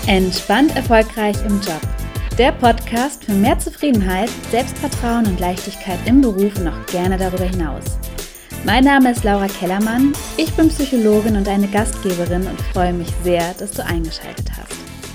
Entspannt erfolgreich im Job. Der Podcast für mehr Zufriedenheit, Selbstvertrauen und Leichtigkeit im Beruf und auch gerne darüber hinaus. Mein Name ist Laura Kellermann, ich bin Psychologin und eine Gastgeberin und freue mich sehr, dass du eingeschaltet hast.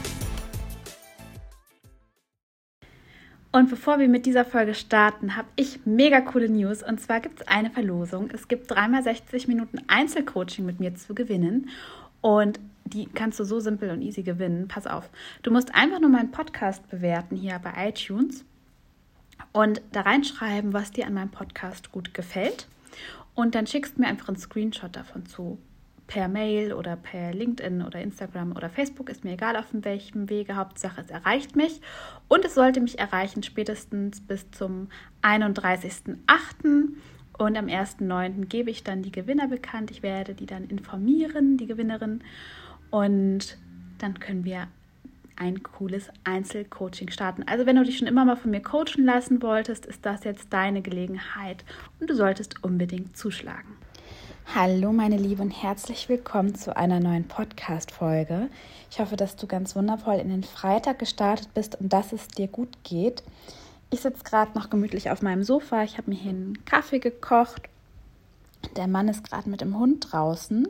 Und bevor wir mit dieser Folge starten, habe ich mega coole News. Und zwar gibt es eine Verlosung. Es gibt 3x60 Minuten Einzelcoaching mit mir zu gewinnen. Und die kannst du so simpel und easy gewinnen. Pass auf, du musst einfach nur meinen Podcast bewerten hier bei iTunes und da reinschreiben, was dir an meinem Podcast gut gefällt. Und dann schickst du mir einfach einen Screenshot davon zu. Per Mail oder per LinkedIn oder Instagram oder Facebook, ist mir egal auf welchem Wege. Hauptsache, es erreicht mich. Und es sollte mich erreichen spätestens bis zum 31.08. Und am 1.9. gebe ich dann die Gewinner bekannt. Ich werde die dann informieren, die Gewinnerin. Und dann können wir ein cooles Einzelcoaching starten. Also wenn du dich schon immer mal von mir coachen lassen wolltest, ist das jetzt deine Gelegenheit. Und du solltest unbedingt zuschlagen. Hallo meine Liebe und herzlich willkommen zu einer neuen Podcast-Folge. Ich hoffe, dass du ganz wundervoll in den Freitag gestartet bist und dass es dir gut geht. Ich sitze gerade noch gemütlich auf meinem Sofa. Ich habe mir hier einen Kaffee gekocht. Der Mann ist gerade mit dem Hund draußen.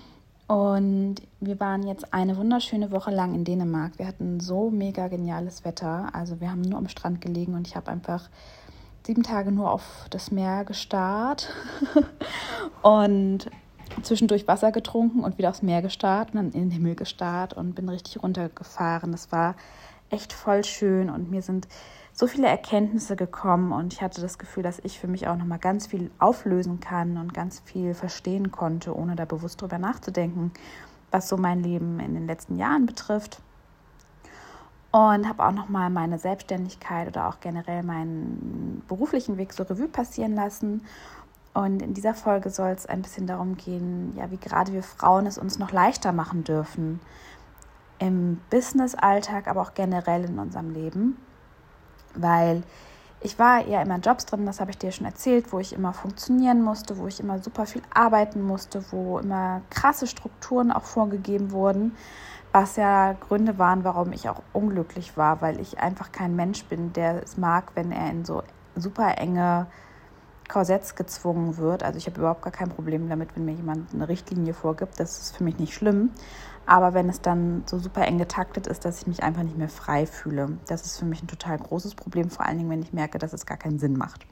Und wir waren jetzt eine wunderschöne Woche lang in Dänemark. Wir hatten so mega geniales Wetter. Also wir haben nur am Strand gelegen und ich habe einfach 7 Tage nur auf das Meer gestarrt und zwischendurch Wasser getrunken und wieder aufs Meer gestarrt und dann in den Himmel gestarrt und bin richtig runtergefahren. Das war echt voll schön und mir sind so viele Erkenntnisse gekommen und ich hatte das Gefühl, dass ich für mich auch nochmal ganz viel auflösen kann und ganz viel verstehen konnte, ohne da bewusst drüber nachzudenken, was so mein Leben in den letzten Jahren betrifft. Und habe auch nochmal meine Selbstständigkeit oder auch generell meinen beruflichen Weg so Revue passieren lassen. Und in dieser Folge soll es ein bisschen darum gehen, ja, wie gerade wir Frauen es uns noch leichter machen dürfen. Im Business-Alltag, aber auch generell in unserem Leben. Weil ich war ja immer in Jobs drin, das habe ich dir schon erzählt, wo ich immer funktionieren musste, wo ich immer super viel arbeiten musste, wo immer krasse Strukturen auch vorgegeben wurden, was ja Gründe waren, warum ich auch unglücklich war, weil ich einfach kein Mensch bin, der es mag, wenn er in so super enge Korsetts gezwungen wird. Also ich habe überhaupt gar kein Problem damit, wenn mir jemand eine Richtlinie vorgibt, das ist für mich nicht schlimm. Aber wenn es dann so super eng getaktet ist, dass ich mich einfach nicht mehr frei fühle, das ist für mich ein total großes Problem, vor allen Dingen, wenn ich merke, dass es gar keinen Sinn macht.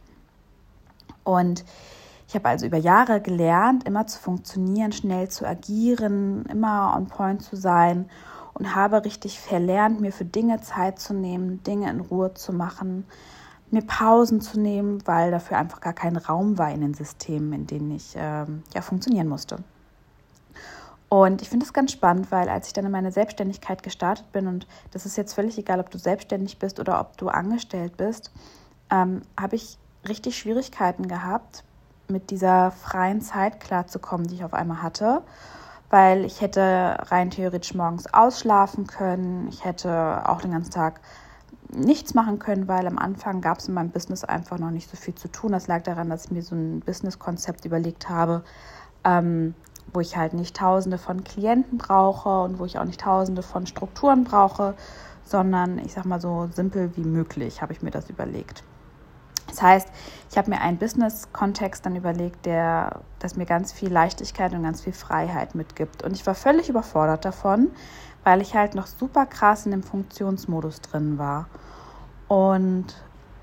Und ich habe also über Jahre gelernt, immer zu funktionieren, schnell zu agieren, immer on point zu sein und habe richtig verlernt, mir für Dinge Zeit zu nehmen, Dinge in Ruhe zu machen, mir Pausen zu nehmen, weil dafür einfach gar kein Raum war in den Systemen, in denen ich funktionieren musste. Und ich finde das ganz spannend, weil als ich dann in meine Selbstständigkeit gestartet bin, und das ist jetzt völlig egal, ob du selbstständig bist oder ob du angestellt bist, habe ich richtig Schwierigkeiten gehabt, mit dieser freien Zeit klarzukommen, die ich auf einmal hatte, weil ich hätte rein theoretisch morgens ausschlafen können, ich hätte auch den ganzen Tag nichts machen können, weil am Anfang gab es in meinem Business einfach noch nicht so viel zu tun. Das lag daran, dass ich mir so ein Business-Konzept überlegt habe, wo ich halt nicht Tausende von Klienten brauche und wo ich auch nicht Tausende von Strukturen brauche, sondern ich sag mal so simpel wie möglich habe ich mir das überlegt. Das heißt, ich habe mir einen Business-Kontext dann überlegt, das mir ganz viel Leichtigkeit und ganz viel Freiheit mitgibt. Und ich war völlig überfordert davon, weil ich halt noch super krass in dem Funktionsmodus drin war. Und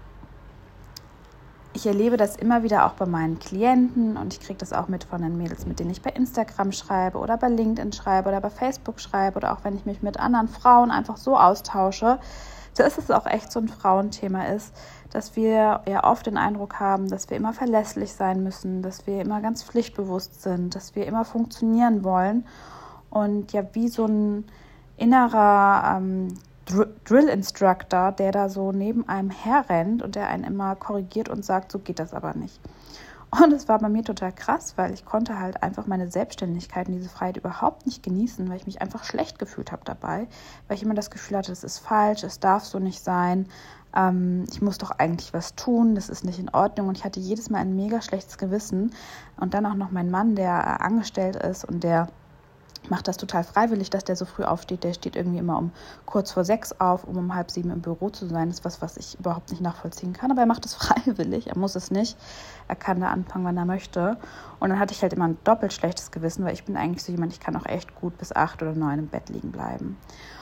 ich erlebe das immer wieder auch bei meinen Klienten und ich kriege das auch mit von den Mädels, mit denen ich bei Instagram schreibe oder bei LinkedIn schreibe oder bei Facebook schreibe oder auch wenn ich mich mit anderen Frauen einfach so austausche, dass es auch echt so ein Frauenthema ist, dass wir ja oft den Eindruck haben, dass wir immer verlässlich sein müssen, dass wir immer ganz pflichtbewusst sind, dass wir immer funktionieren wollen und ja wie so ein innerer Drill-Instructor, der da so neben einem herrennt und der einen immer korrigiert und sagt, so geht das aber nicht. Und es war bei mir total krass, weil ich konnte halt einfach meine Selbstständigkeit und diese Freiheit überhaupt nicht genießen, weil ich mich einfach schlecht gefühlt habe dabei, weil ich immer das Gefühl hatte, das ist falsch, es darf so nicht sein, ich muss doch eigentlich was tun, das ist nicht in Ordnung und ich hatte jedes Mal ein mega schlechtes Gewissen und dann auch noch mein Mann, der angestellt ist und der macht das total freiwillig, dass der so früh aufsteht. Der steht irgendwie immer um kurz vor 6 auf, um 6:30 im Büro zu sein. Das ist was ich überhaupt nicht nachvollziehen kann. Aber er macht es freiwillig. Er muss es nicht. Er kann da anfangen, wann er möchte. Und dann hatte ich halt immer ein doppelt schlechtes Gewissen, weil ich bin eigentlich so jemand, ich kann auch echt gut bis 8 oder 9 im Bett liegen bleiben.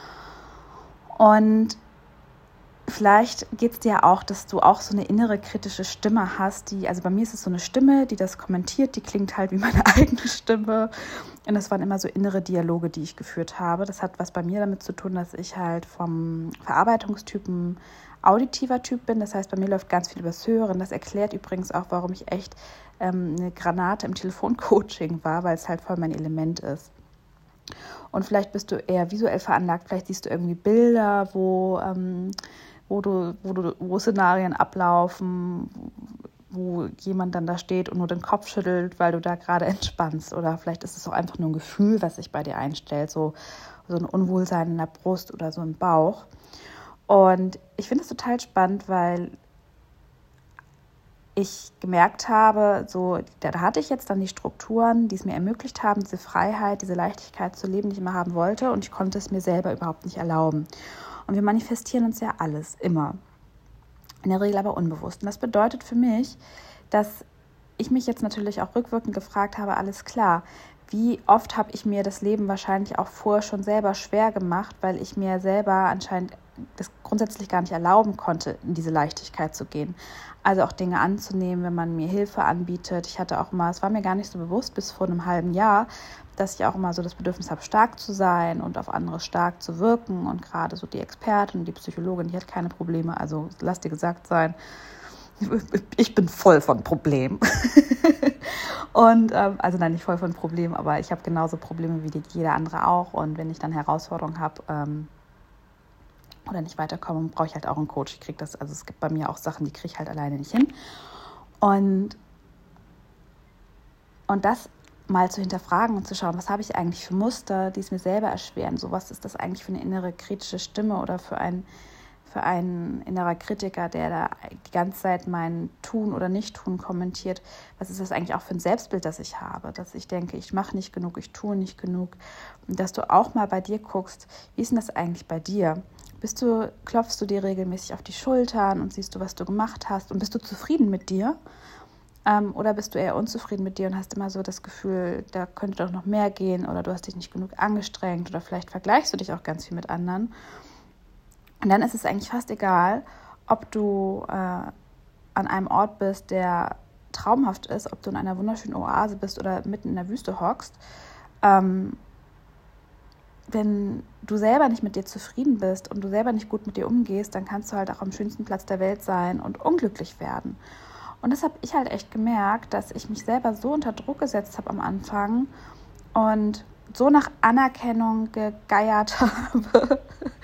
Und vielleicht geht es dir auch, dass du auch so eine innere kritische Stimme hast, also bei mir ist es so eine Stimme, die das kommentiert, die klingt halt wie meine eigene Stimme. Und das waren immer so innere Dialoge, die ich geführt habe. Das hat was bei mir damit zu tun, dass ich halt vom Verarbeitungstypen auditiver Typ bin. Das heißt, bei mir läuft ganz viel übers Hören. Das erklärt übrigens auch, warum ich echt eine Granate im Telefoncoaching war, weil es halt voll mein Element ist. Und vielleicht bist du eher visuell veranlagt, vielleicht siehst du irgendwie Bilder, wo Szenarien ablaufen, wo jemand dann da steht und nur den Kopf schüttelt, weil du da gerade entspannst. Oder vielleicht ist es auch einfach nur ein Gefühl, was sich bei dir einstellt, so ein Unwohlsein in der Brust oder so im Bauch. Und ich finde es total spannend, weil ich gemerkt habe, so, da hatte ich jetzt dann die Strukturen, die es mir ermöglicht haben, diese Freiheit, diese Leichtigkeit zu leben, die ich immer haben wollte, und ich konnte es mir selber überhaupt nicht erlauben. Und wir manifestieren uns ja alles, immer. In der Regel aber unbewusst. Und das bedeutet für mich, dass ich mich jetzt natürlich auch rückwirkend gefragt habe, alles klar, wie oft habe ich mir das Leben wahrscheinlich auch vorher schon selber schwer gemacht, weil ich mir selber anscheinend das grundsätzlich gar nicht erlauben konnte, in diese Leichtigkeit zu gehen. Also auch Dinge anzunehmen, wenn man mir Hilfe anbietet. Ich hatte auch immer, es war mir gar nicht so bewusst bis vor einem halben Jahr, dass ich auch immer so das Bedürfnis habe, stark zu sein und auf andere stark zu wirken. Und gerade so die Expertin, die Psychologin, die hat keine Probleme. Also lass dir gesagt sein, ich bin voll von Problemen. Und also nein, nicht voll von Problemen, aber ich habe genauso Probleme wie jeder andere auch. Und wenn ich dann Herausforderungen habe oder nicht weiterkomme, brauche ich halt auch einen Coach. Ich kriege das, also es gibt bei mir auch Sachen, die kriege ich halt alleine nicht hin. Und das mal zu hinterfragen und zu schauen, was habe ich eigentlich für Muster, die es mir selber erschweren. So, was ist das eigentlich für eine innere kritische Stimme oder für ein innerer Kritiker, der da die ganze Zeit mein Tun oder Nicht-Tun kommentiert. Was ist das eigentlich auch für ein Selbstbild, das ich habe? Dass ich denke, ich mache nicht genug, ich tue nicht genug. Und dass du auch mal bei dir guckst, wie ist denn das eigentlich bei dir? Klopfst du dir regelmäßig auf die Schultern und siehst du, was du gemacht hast? Und bist du zufrieden mit dir? Oder bist du eher unzufrieden mit dir und hast immer so das Gefühl, da könnte doch noch mehr gehen, oder du hast dich nicht genug angestrengt, oder vielleicht vergleichst du dich auch ganz viel mit anderen. Und dann ist es eigentlich fast egal, ob du an einem Ort bist, der traumhaft ist, ob du in einer wunderschönen Oase bist oder mitten in der Wüste hockst. Wenn du selber nicht mit dir zufrieden bist und du selber nicht gut mit dir umgehst, dann kannst du halt auch am schönsten Platz der Welt sein und unglücklich werden. Und das habe ich halt echt gemerkt, dass ich mich selber so unter Druck gesetzt habe am Anfang und so nach Anerkennung gegeiert habe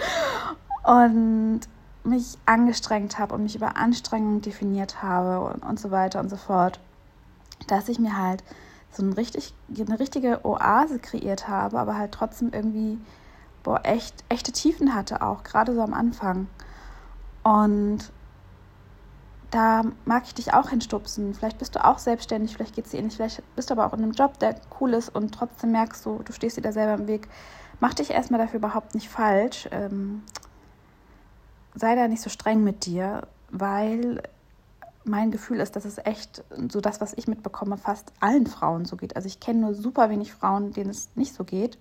und mich angestrengt habe und mich über Anstrengung definiert habe und so weiter und so fort, dass ich mir halt so eine richtige Oase kreiert habe, aber halt trotzdem irgendwie echte Tiefen hatte auch, gerade so am Anfang. Und da mag ich dich auch hinstupsen. Vielleicht bist du auch selbstständig, vielleicht geht es dir ähnlich, vielleicht bist du aber auch in einem Job, der cool ist und trotzdem merkst du stehst dir da selber im Weg. Mach dich erstmal dafür überhaupt nicht falsch. Sei da nicht so streng mit dir, weil mein Gefühl ist, dass es echt so das, was ich mitbekomme, fast allen Frauen so geht. Also ich kenne nur super wenig Frauen, denen es nicht so geht.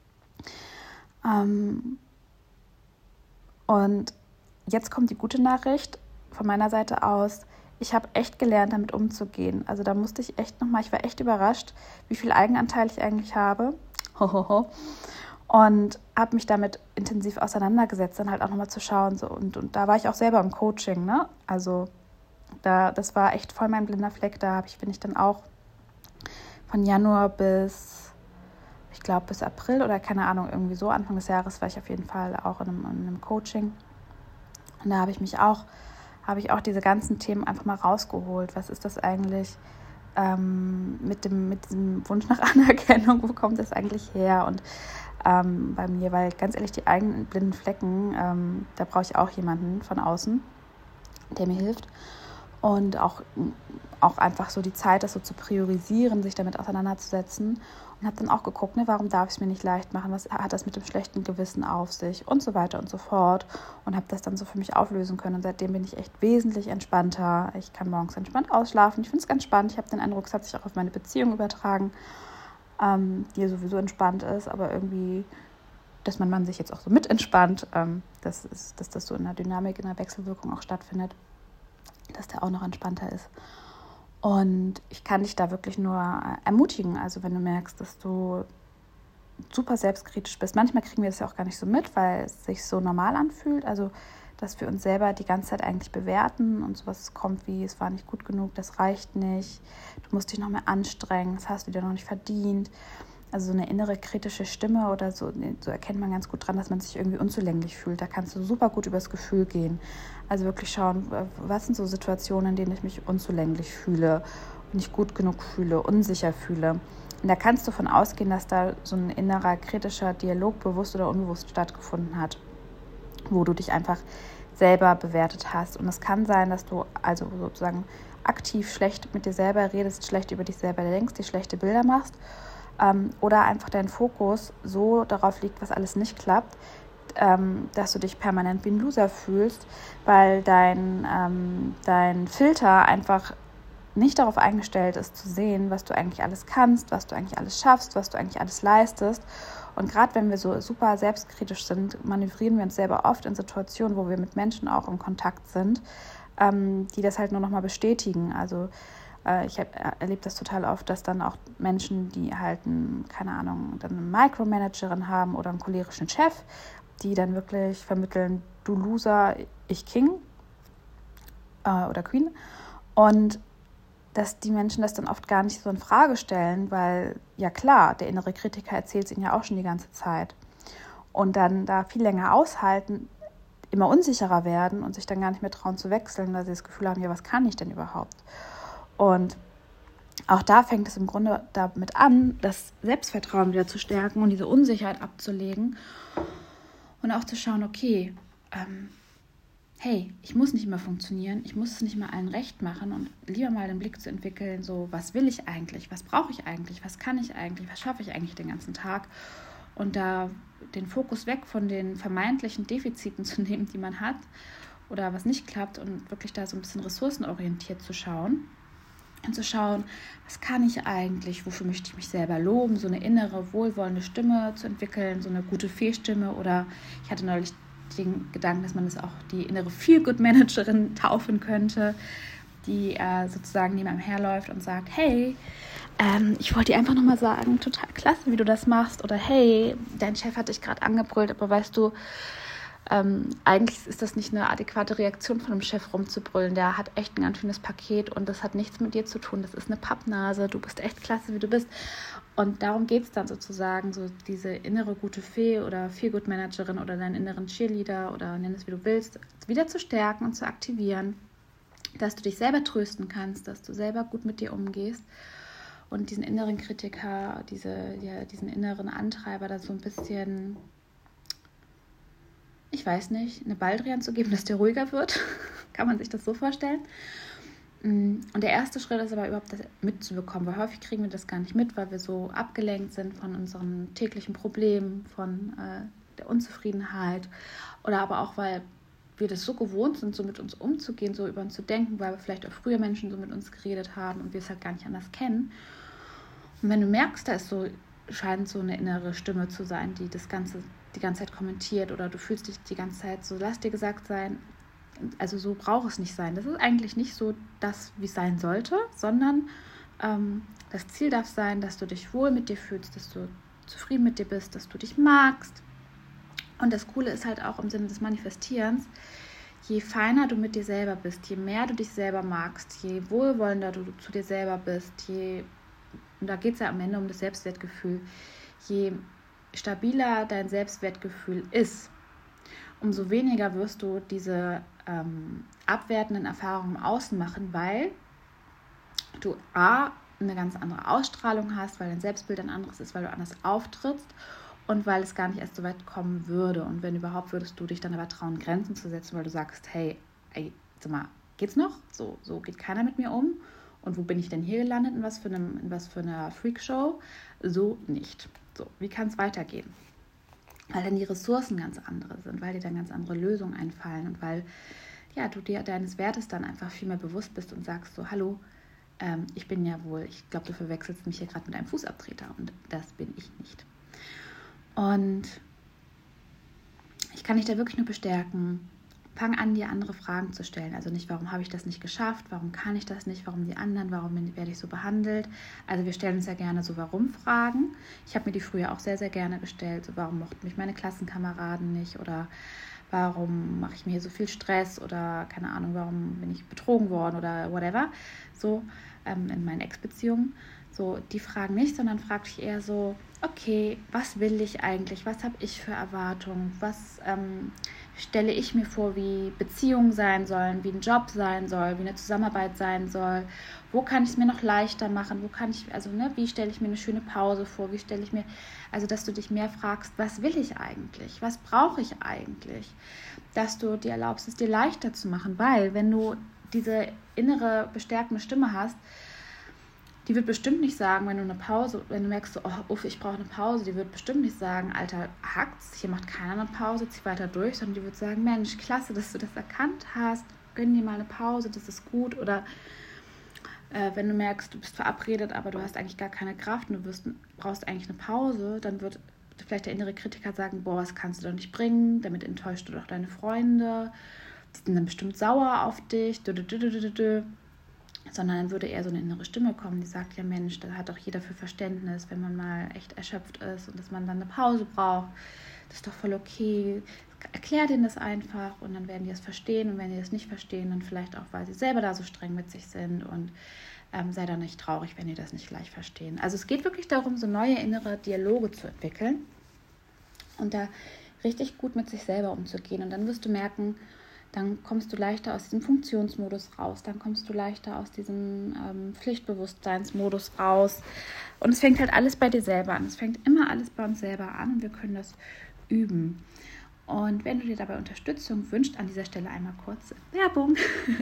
Und jetzt kommt die gute Nachricht von meiner Seite aus. Ich habe echt gelernt, damit umzugehen. Also da musste ich echt nochmal, ich war echt überrascht, wie viel Eigenanteil ich eigentlich habe. Und habe mich damit intensiv auseinandergesetzt, dann halt auch nochmal zu schauen. So. Und da war ich auch selber im Coaching, ne? Also das war echt voll mein blinder Fleck. Bin ich dann auch von Januar bis April oder keine Ahnung, irgendwie so, Anfang des Jahres war ich auf jeden Fall auch in einem Coaching. Und da habe ich auch diese ganzen Themen einfach mal rausgeholt. Was ist das eigentlich mit diesem Wunsch nach Anerkennung? Wo kommt das eigentlich her? Und bei mir, weil ganz ehrlich, die eigenen blinden Flecken, da brauche ich auch jemanden von außen, der mir hilft. Und auch einfach so die Zeit, das so zu priorisieren, sich damit auseinanderzusetzen. Und habe dann auch geguckt, ne, warum darf ich es mir nicht leicht machen, was hat das mit dem schlechten Gewissen auf sich und so weiter und so fort. Und habe das dann so für mich auflösen können. Und seitdem bin ich echt wesentlich entspannter. Ich kann morgens entspannt ausschlafen. Ich finde es ganz spannend. Ich habe den Eindruck, es hat sich auch auf meine Beziehung übertragen, die sowieso entspannt ist, aber irgendwie, dass mein Mann sich jetzt auch so mit entspannt, dass das so in der Dynamik, in der Wechselwirkung auch stattfindet, dass der auch noch entspannter ist. Und ich kann dich da wirklich nur ermutigen, also wenn du merkst, dass du super selbstkritisch bist. Manchmal kriegen wir das ja auch gar nicht so mit, weil es sich so normal anfühlt, also dass wir uns selber die ganze Zeit eigentlich bewerten und sowas kommt wie, es war nicht gut genug, das reicht nicht, du musst dich noch mehr anstrengen, das hast du dir noch nicht verdient. Also so eine innere kritische Stimme oder so erkennt man ganz gut dran, dass man sich irgendwie unzulänglich fühlt. Da kannst du super gut übers Gefühl gehen. Also wirklich schauen, was sind so Situationen, in denen ich mich unzulänglich fühle, nicht gut genug fühle, unsicher fühle. Und da kannst du davon ausgehen, dass da so ein innerer kritischer Dialog bewusst oder unbewusst stattgefunden hat, wo du dich einfach selber bewertet hast. Und es kann sein, dass du also sozusagen aktiv schlecht mit dir selber redest, schlecht über dich selber denkst, dir schlechte Bilder machst, oder einfach dein Fokus so darauf liegt, was alles nicht klappt, dass du dich permanent wie ein Loser fühlst, weil dein Filter einfach nicht darauf eingestellt ist, zu sehen, was du eigentlich alles kannst, was du eigentlich alles schaffst, was du eigentlich alles leistest. Und gerade wenn wir so super selbstkritisch sind, manövrieren wir uns selber oft in Situationen, wo wir mit Menschen auch im Kontakt sind, die das halt nur noch mal bestätigen. Also ich erlebe das total oft, dass dann auch Menschen, die halt, keine Ahnung, dann eine Micromanagerin haben oder einen cholerischen Chef, die dann wirklich vermitteln, du Loser, ich King oder Queen. Und dass die Menschen das dann oft gar nicht so in Frage stellen, weil, ja klar, der innere Kritiker erzählt es ihnen ja auch schon die ganze Zeit. Und dann da viel länger aushalten, immer unsicherer werden und sich dann gar nicht mehr trauen zu wechseln, weil sie das Gefühl haben, ja, was kann ich denn überhaupt? Und auch da fängt es im Grunde damit an, das Selbstvertrauen wieder zu stärken und diese Unsicherheit abzulegen und auch zu schauen, okay, hey, ich muss nicht immer funktionieren, ich muss es nicht mal allen recht machen und lieber mal den Blick zu entwickeln, so, was will ich eigentlich, was brauche ich eigentlich, was kann ich eigentlich, was schaffe ich eigentlich den ganzen Tag und da den Fokus weg von den vermeintlichen Defiziten zu nehmen, die man hat oder was nicht klappt und wirklich da so ein bisschen ressourcenorientiert zu schauen. Und zu schauen, was kann ich eigentlich, wofür möchte ich mich selber loben, so eine innere, wohlwollende Stimme zu entwickeln, so eine gute Fee-Stimme oder ich hatte neulich den Gedanken, dass man das auch die innere Feel-Good-Managerin taufen könnte, die sozusagen neben einem herläuft und sagt, hey, ich wollte dir einfach nochmal sagen, total klasse, wie du das machst oder hey, dein Chef hat dich gerade angebrüllt, aber weißt du, eigentlich ist das nicht eine adäquate Reaktion von einem Chef rumzubrüllen. Der hat echt ein ganz schönes Paket und das hat nichts mit dir zu tun. Das ist eine Pappnase. Du bist echt klasse, wie du bist. Und darum geht es dann sozusagen, so diese innere gute Fee oder Feel-Good-Managerin oder deinen inneren Cheerleader oder nenn es wie du willst, wieder zu stärken und zu aktivieren, dass du dich selber trösten kannst, dass du selber gut mit dir umgehst und diesen inneren Kritiker, diesen inneren Antreiber da so ein bisschen, ich weiß nicht, eine Baldrian zu geben, dass der ruhiger wird. Kann man sich das so vorstellen? Und der erste Schritt ist aber überhaupt das mitzubekommen, weil häufig kriegen wir das gar nicht mit, weil wir so abgelenkt sind von unseren täglichen Problemen, von der Unzufriedenheit oder aber auch, weil wir das so gewohnt sind, so mit uns umzugehen, so über uns zu denken, weil wir vielleicht auch früher Menschen so mit uns geredet haben und wir es halt gar nicht anders kennen. Und wenn du merkst, da ist so, scheint so eine innere Stimme zu sein, die das Ganze die ganze Zeit kommentiert oder du fühlst dich die ganze Zeit so, lass dir gesagt sein, also so braucht es nicht sein. Das ist eigentlich nicht so das, wie es sein sollte, sondern das Ziel darf sein, dass du dich wohl mit dir fühlst, dass du zufrieden mit dir bist, dass du dich magst. Und das Coole ist halt auch im Sinne des Manifestierens, je feiner du mit dir selber bist, je mehr du dich selber magst, je wohlwollender du zu dir selber bist, und da geht es ja am Ende um das Selbstwertgefühl, je stabiler dein Selbstwertgefühl ist, umso weniger wirst du diese abwertenden Erfahrungen im Außen machen, weil du eine ganz andere Ausstrahlung hast, weil dein Selbstbild ein anderes ist, weil du anders auftrittst und weil es gar nicht erst so weit kommen würde. Und wenn überhaupt, würdest du dich dann aber trauen, Grenzen zu setzen, weil du sagst, hey, sag mal, geht's noch? So geht keiner mit mir um. Und wo bin ich denn hier gelandet? In was für einer Freakshow? So nicht. So, wie kann es weitergehen? Weil dann die Ressourcen ganz andere sind, weil dir dann ganz andere Lösungen einfallen und weil du dir deines Wertes dann einfach viel mehr bewusst bist und sagst so, hallo, ich bin ja wohl, ich glaube, du verwechselst mich hier gerade mit einem Fußabtreter und das bin ich nicht. Und ich kann dich da wirklich nur bestärken, fang an, dir andere Fragen zu stellen. Also nicht, warum habe ich das nicht geschafft, warum kann ich das nicht, warum die anderen, warum werde ich so behandelt. Also wir stellen uns ja gerne so Warum-Fragen. Ich habe mir die früher auch sehr, sehr gerne gestellt. So, warum mochten mich meine Klassenkameraden nicht oder warum mache ich mir hier so viel Stress oder keine Ahnung, warum bin ich betrogen worden oder whatever. So in meinen Ex-Beziehungen. So die Fragen nicht, sondern frag dich eher so, okay, was will ich eigentlich? Was habe ich für Erwartungen? Was stelle ich mir vor, wie Beziehungen sein sollen, wie ein Job sein soll, wie eine Zusammenarbeit sein soll? Wo kann ich es mir noch leichter machen? Wie stelle ich mir eine schöne Pause vor? Wie stelle ich mir, also dass du dich mehr fragst, was will ich eigentlich? Was brauche ich eigentlich? Dass du dir erlaubst, es dir leichter zu machen, weil wenn du diese innere bestärkende Stimme hast, die wird bestimmt nicht sagen, wenn du merkst, so, ich brauche eine Pause, die wird bestimmt nicht sagen, Alter, hackt's, hier macht keiner eine Pause, zieh weiter durch, sondern die wird sagen, Mensch, klasse, dass du das erkannt hast, gönn dir mal eine Pause, das ist gut. Oder wenn du merkst, du bist verabredet, aber du hast eigentlich gar keine Kraft und brauchst eigentlich eine Pause, dann wird vielleicht der innere Kritiker sagen, boah, das kannst du doch nicht bringen, damit enttäuscht du doch deine Freunde, die sind dann bestimmt sauer auf dich, sondern dann würde eher so eine innere Stimme kommen, die sagt, ja Mensch, da hat doch jeder für Verständnis, wenn man mal echt erschöpft ist und dass man dann eine Pause braucht, das ist doch voll okay, erklär denen das einfach und dann werden die es verstehen und wenn die das nicht verstehen, dann vielleicht auch, weil sie selber da so streng mit sich sind und sei dann nicht traurig, wenn die das nicht gleich verstehen. Also es geht wirklich darum, so neue innere Dialoge zu entwickeln und da richtig gut mit sich selber umzugehen und dann wirst du merken, dann kommst du leichter aus diesem Funktionsmodus raus, dann kommst du leichter aus diesem Pflichtbewusstseinsmodus raus. Und es fängt halt alles bei dir selber an. Es fängt immer alles bei uns selber an und wir können das üben. Und wenn du dir dabei Unterstützung wünschst, an dieser Stelle einmal kurz Werbung,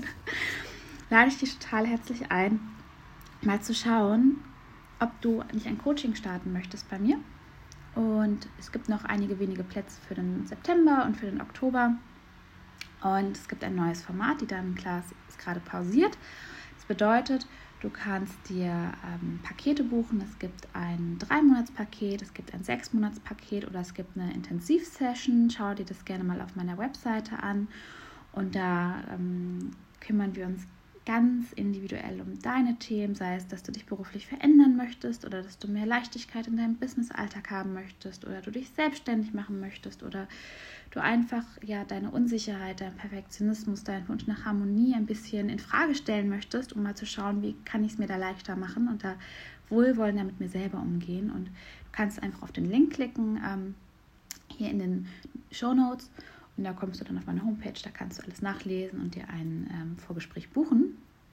lade ich dich total herzlich ein, mal zu schauen, ob du nicht ein Coaching starten möchtest bei mir. Und es gibt noch einige wenige Plätze für den September und für den Oktober. Und es gibt ein neues Format, die Damen-Class ist gerade pausiert. Das bedeutet, du kannst dir Pakete buchen. Es gibt ein 3-Monats-Paket, es gibt ein 6-Monats-Paket oder es gibt eine Intensivsession. Schau dir das gerne mal auf meiner Webseite an. Und da kümmern wir uns ganz individuell um deine Themen, sei es, dass du dich beruflich verändern möchtest oder dass du mehr Leichtigkeit in deinem Business-Alltag haben möchtest oder du dich selbstständig machen möchtest oder du einfach deine Unsicherheit, deinen Perfektionismus, deinen Wunsch nach Harmonie ein bisschen in Frage stellen möchtest, um mal zu schauen, wie kann ich es mir da leichter machen und da wohlwollender mit mir selber umgehen. Und du kannst einfach auf den Link klicken, hier in den Shownotes. Und da kommst du dann auf meine Homepage, da kannst du alles nachlesen und dir ein Vorgespräch buchen.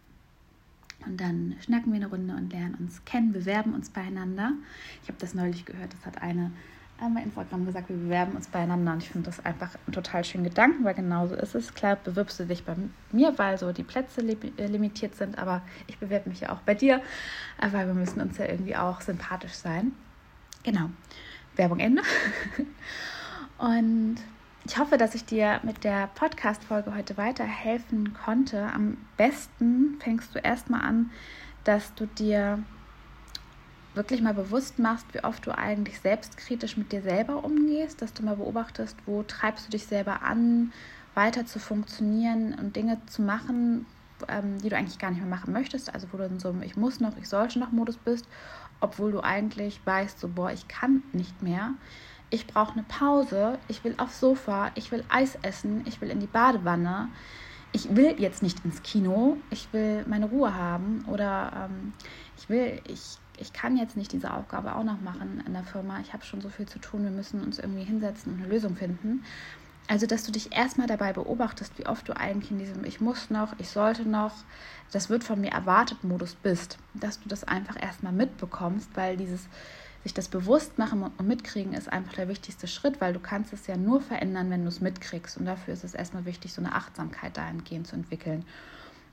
Und dann schnacken wir eine Runde und lernen uns kennen, bewerben uns beieinander. Ich habe das neulich gehört, das hat eine bei Instagram gesagt, wir bewerben uns beieinander. Und ich finde das einfach einen total schönen Gedanken, weil genauso ist es. Klar, bewirbst du dich bei mir, weil so die Plätze limitiert sind, aber ich bewerbe mich ja auch bei dir, weil wir müssen uns ja irgendwie auch sympathisch sein. Genau, Werbung Ende. Und ich hoffe, dass ich dir mit der Podcast-Folge heute weiterhelfen konnte. Am besten fängst du erstmal an, dass du dir wirklich mal bewusst machst, wie oft du eigentlich selbstkritisch mit dir selber umgehst, dass du mal beobachtest, wo treibst du dich selber an, weiter zu funktionieren und Dinge zu machen, die du eigentlich gar nicht mehr machen möchtest, also wo du in so einem Ich muss noch, ich sollte noch Modus bist, obwohl du eigentlich weißt, so ich kann nicht mehr. Ich brauche eine Pause, ich will aufs Sofa, ich will Eis essen, ich will in die Badewanne, ich will jetzt nicht ins Kino, ich will meine Ruhe haben oder ich kann jetzt nicht diese Aufgabe auch noch machen in der Firma, ich habe schon so viel zu tun, wir müssen uns irgendwie hinsetzen und eine Lösung finden. Also, dass du dich erstmal dabei beobachtest, wie oft du eigentlich in diesem Ich muss noch, ich sollte noch, das wird von mir erwartet Modus bist, dass du das einfach erstmal mitbekommst, weil sich das bewusst machen und mitkriegen ist einfach der wichtigste Schritt, weil du kannst es ja nur verändern, wenn du es mitkriegst und dafür ist es erstmal wichtig, so eine Achtsamkeit dahingehend zu entwickeln.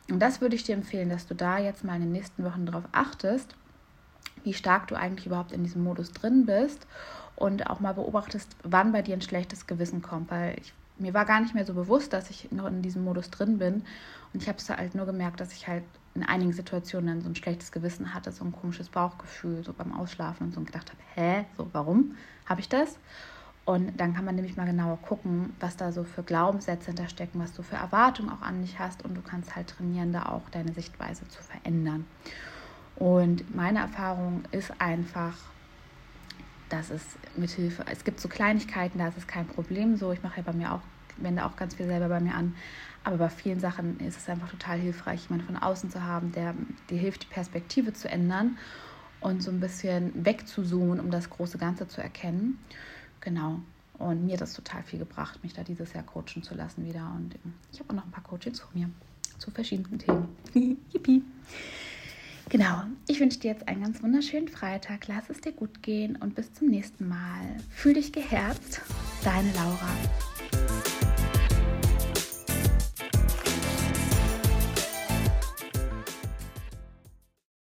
Und das würde ich dir empfehlen, dass du da jetzt mal in den nächsten Wochen darauf achtest, wie stark du eigentlich überhaupt in diesem Modus drin bist und auch mal beobachtest, wann bei dir ein schlechtes Gewissen kommt, weil mir war gar nicht mehr so bewusst, dass ich noch in diesem Modus drin bin und ich habe es halt nur gemerkt, dass ich halt in einigen Situationen dann so ein schlechtes Gewissen hatte, so ein komisches Bauchgefühl, so beim Ausschlafen und so und gedacht habe, so warum habe ich das? Und dann kann man nämlich mal genauer gucken, was da so für Glaubenssätze hinterstecken, was du für Erwartungen auch an dich hast und du kannst halt trainieren, da auch deine Sichtweise zu verändern. Und meine Erfahrung ist einfach, dass es mithilfe, es gibt so Kleinigkeiten, da ist es kein Problem so. Ich mache ja bei mir auch, wende auch ganz viel selber bei mir an. Aber bei vielen Sachen ist es einfach total hilfreich, jemanden von außen zu haben, der dir hilft, die Perspektive zu ändern und so ein bisschen wegzuzoomen, um das große Ganze zu erkennen. Genau. Und mir hat das total viel gebracht, mich da dieses Jahr coachen zu lassen wieder. Und ich habe auch noch ein paar Coachings von mir zu verschiedenen Themen. Yippie. Genau, ich wünsche dir jetzt einen ganz wunderschönen Freitag. Lass es dir gut gehen und bis zum nächsten Mal. Fühl dich geherzt, deine Laura.